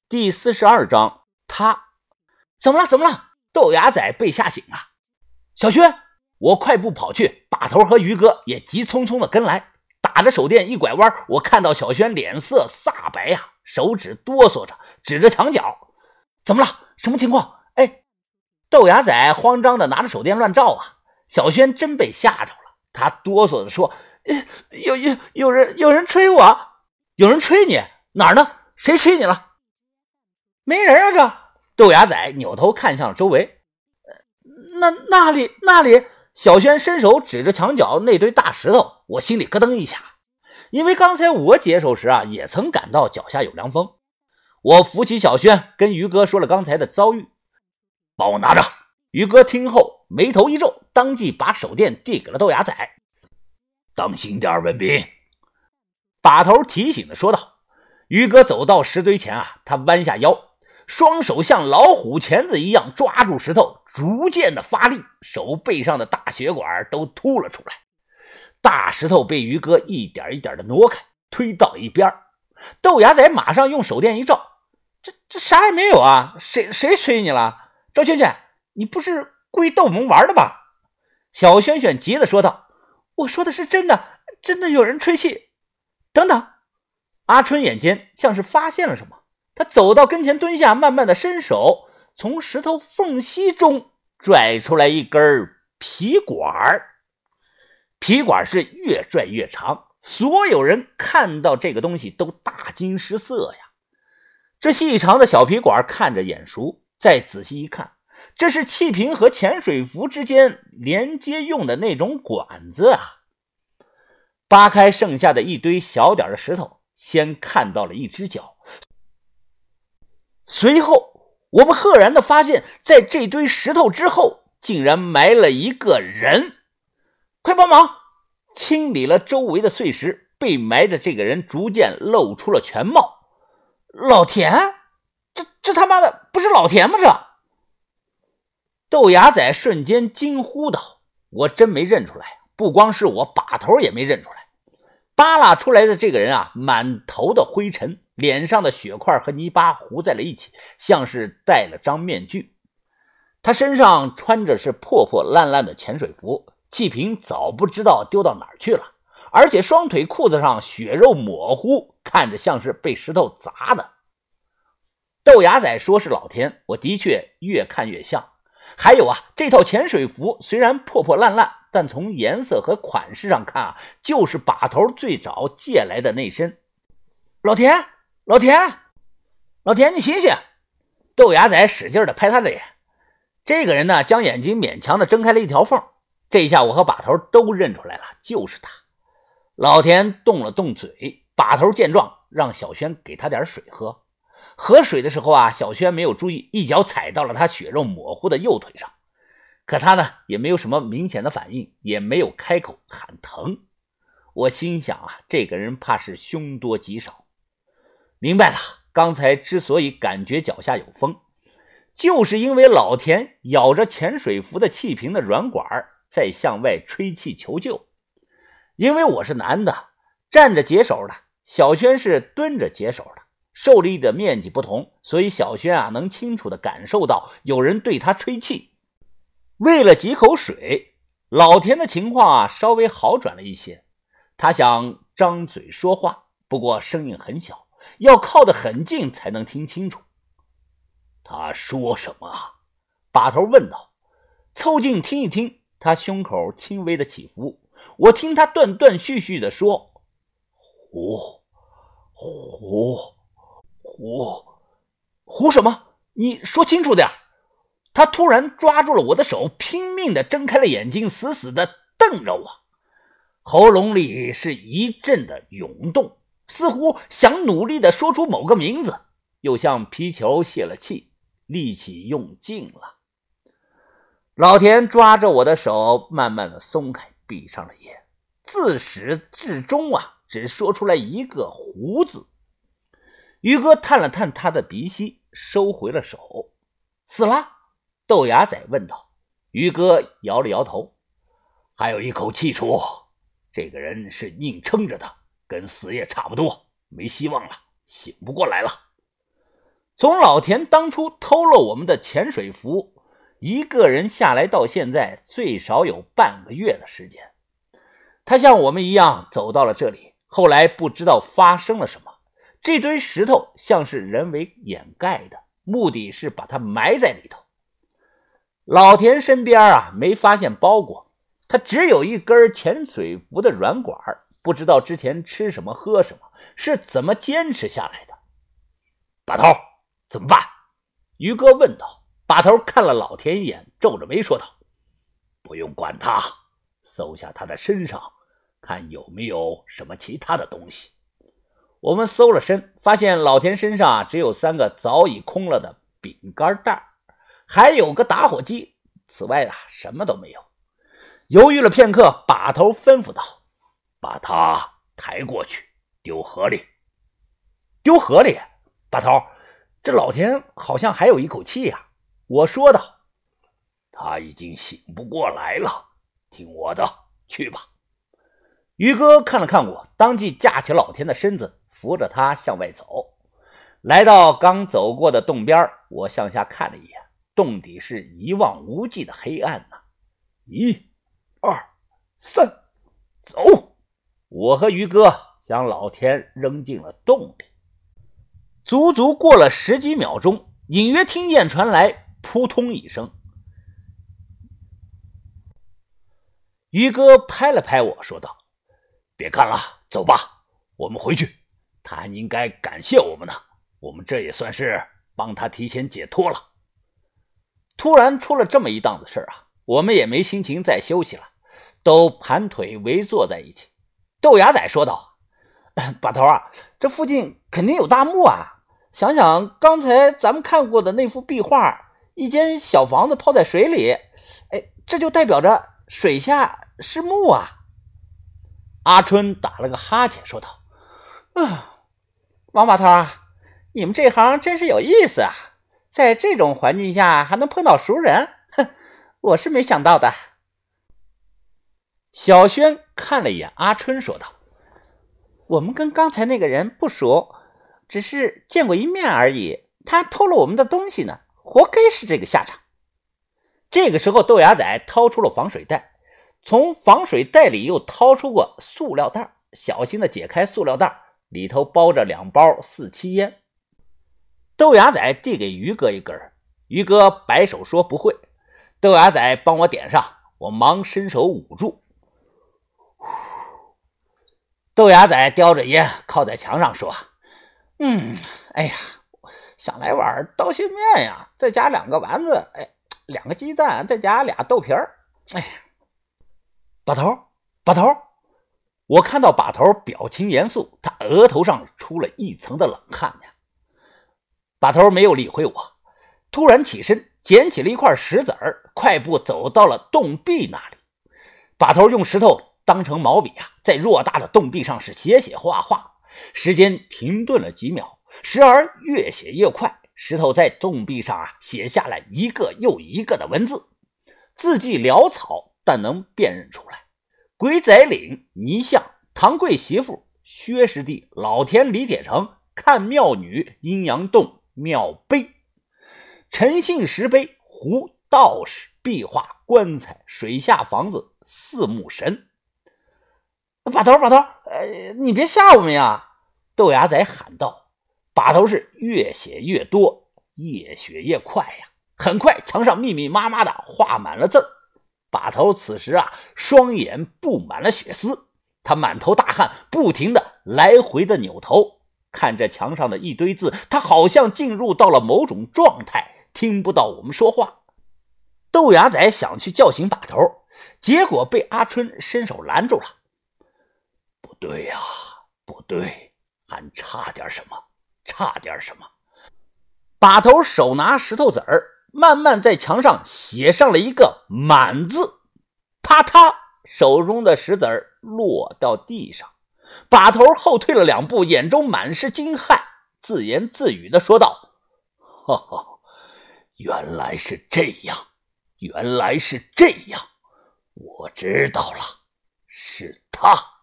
第42章，他怎么了？豆芽仔被吓醒了。小轩，我快步跑去，把头和于哥也急匆匆的跟来。打着手电一拐弯，我看到小轩脸色煞白呀，手指哆嗦着，指着墙角。怎么了？什么情况？哎，豆芽仔慌张的拿着手电乱照啊。小轩真被吓着了，他哆嗦的说：有人吹我。有人吹你？哪儿呢？谁吹你了？没人啊，这。豆芽仔扭头看向了周围。那里。小轩伸手指着墙角那堆大石头，我心里咯噔一下，因为刚才我解手时也曾感到脚下有凉风。我扶起小轩，跟于哥说了刚才的遭遇。帮我拿着。于哥听后眉头一皱，当即把手电递给了豆芽仔。当心点，文斌。把头提醒的说道。于哥走到石堆前他弯下腰，双手像老虎钳子一样抓住石头，逐渐的发力，手背上的大血管都凸了出来。大石头被于哥一点一点的挪开，推到一边。豆芽仔马上用手电一照，这啥也没有啊，谁吹你了？赵轩轩，你不是故意逗我们玩的吧？小轩轩急的说道。我说的是真的，真的有人吹气。等等。阿春眼尖，像是发现了什么，他走到跟前蹲下，慢慢的伸手从石头缝隙中拽出来一根皮管。皮管是越拽越长，所有人看到这个东西都大惊失色呀。这细长的小皮管看着眼熟，再仔细一看，这是气瓶和潜水服之间连接用的那种管子啊。扒开剩下的一堆小点的石头，先看到了一只脚，随后我们赫然的发现，在这堆石头之后竟然埋了一个人。快帮忙！清理了周围的碎石，被埋的这个人逐渐露出了全貌。老田？这他妈的不是老田吗？这豆芽仔瞬间惊呼道。我真没认出来，不光是我，把头也没认出来。扒拉出来的这个人满头的灰尘，脸上的血块和泥巴糊在了一起，像是戴了张面具。他身上穿着是破破烂烂的潜水服，气瓶早不知道丢到哪儿去了，而且双腿裤子上血肉模糊，看着像是被石头砸的。豆芽仔说是老田，我的确越看越像。还有这套潜水服虽然破破烂烂，但从颜色和款式上看就是把头最早借来的那身。老田你醒醒！豆芽仔使劲的拍他的脸。这个人呢，将眼睛勉强的睁开了一条缝。这一下我和把头都认出来了，就是他。老田动了动嘴，把头见状让小轩给他点水喝。喝水的时候小轩没有注意，一脚踩到了他血肉模糊的右腿上。可他呢也没有什么明显的反应，也没有开口喊疼。我心想这个人怕是凶多吉少。明白了，刚才之所以感觉脚下有风，就是因为老田咬着潜水服的气瓶的软管在向外吹气求救。因为我是男的，站着解手的，小轩是蹲着解手的，受力的面积不同，所以小轩能清楚地感受到有人对他吹气。喂了几口水，老田的情况稍微好转了一些。他想张嘴说话，不过声音很小，要靠得很近才能听清楚。他说什么？把头问道。凑近听一听，他胸口轻微的起伏，我听他断断续续地说：胡什么？你说清楚点。他突然抓住了我的手，拼命地睁开了眼睛，死死地瞪着我，喉咙里是一阵的涌动，似乎想努力地说出某个名字，又像皮球泄了气，力气用尽了。老田抓着我的手慢慢地松开，闭上了眼，自始至终只说出来一个胡字。于哥探了探他的鼻息，收回了手。死了？豆芽仔问道。于哥摇了摇头。还有一口气出，这个人是硬撑着的，跟死也差不多，没希望了，醒不过来了。 从老田当初偷了我们的潜水服，一个人下来到现在最少有半个月的时间。他像我们一样走到了这里，后来不知道发生了什么，这堆石头像是人为掩盖的，目的是把它埋在里头。老田身边没发现包裹，他只有一根潜水服的软管，不知道之前吃什么喝什么，是怎么坚持下来的。把头，怎么办？于哥问道。把头看了老田一眼，皱着眉说道：不用管他，搜下他的身上，看有没有什么其他的东西。我们搜了身，发现老田身上只有3个早已空了的饼干袋，还有个打火机，此外什么都没有。犹豫了片刻，把头吩咐道：把他抬过去，丢河里。丢河里？把头，这老田好像还有一口气呀。我说道：他已经醒不过来了，听我的，去吧。于哥看了看我，当即架起老田的身子，扶着他向外走。来到刚走过的洞边，我向下看了一眼，洞底是一望无际的黑暗呐。1、2、3，走！我和于哥将老田扔进了洞里。足足过了10几秒钟，隐约听见传来扑通一声。于哥拍了拍我说道：别看了，走吧，我们回去。他还应该感谢我们呢，我们这也算是帮他提前解脱了。突然出了这么一档子事我们也没心情再休息了，都盘腿围坐在一起。豆芽仔说道：把头这附近肯定有大墓想想刚才咱们看过的那幅壁画，一间小房子泡在水里，这就代表着水下是墓阿春打了个哈欠说道：王把头你们这行真是有意思在这种环境下还能碰到熟人，我是没想到的。小轩看了一眼阿春说道：我们跟刚才那个人不熟，只是见过一面而已，他偷了我们的东西呢，活该是这个下场。这个时候豆芽仔掏出了防水袋，从防水袋里又掏出过塑料袋，小心地解开塑料袋，里头包着2包4七烟。豆芽仔递给于哥一根，于哥摆手说不会，豆芽仔帮我点上，我忙伸手捂住。豆芽仔叼着烟靠在墙上说：哎呀，想来碗刀削面呀，再加2个丸子，2个鸡蛋，再加俩豆皮儿。哎呀，把头，我看到把头表情严肃，他额头上出了一层的冷汗呀。把头没有理会我，突然起身捡起了一块石子儿，快步走到了洞壁那里。把头用石头当成毛笔在偌大的洞壁上是写写画画，时间停顿了几秒，时而越写越快，石头在洞壁上写下了一个又一个的文字，字迹潦草，但能辨认出来。鬼仔岭泥像，唐贵媳妇，薛师弟，老田李铁成，看庙女，阴阳洞庙碑，陈姓石碑，胡道士，壁画，棺材，水下房子，四目神。把头，你别吓我们呀！豆芽仔喊道。把头是越写越多，越写越快呀，很快墙上密密麻麻的画满了字儿。把头此时双眼布满了血丝，他满头大汗，不停的来回的扭头，看着墙上的一堆字，他好像进入到了某种状态，听不到我们说话。豆芽仔想去叫醒把头，结果被阿春伸手拦住了。不对不对，还差点什么。把头手拿石头子儿，慢慢在墙上写上了一个满字，啪嗒，手中的石子儿落到地上。把头后退了2步，眼中满是惊骇，自言自语地说道：原来是这样，我知道了，是他。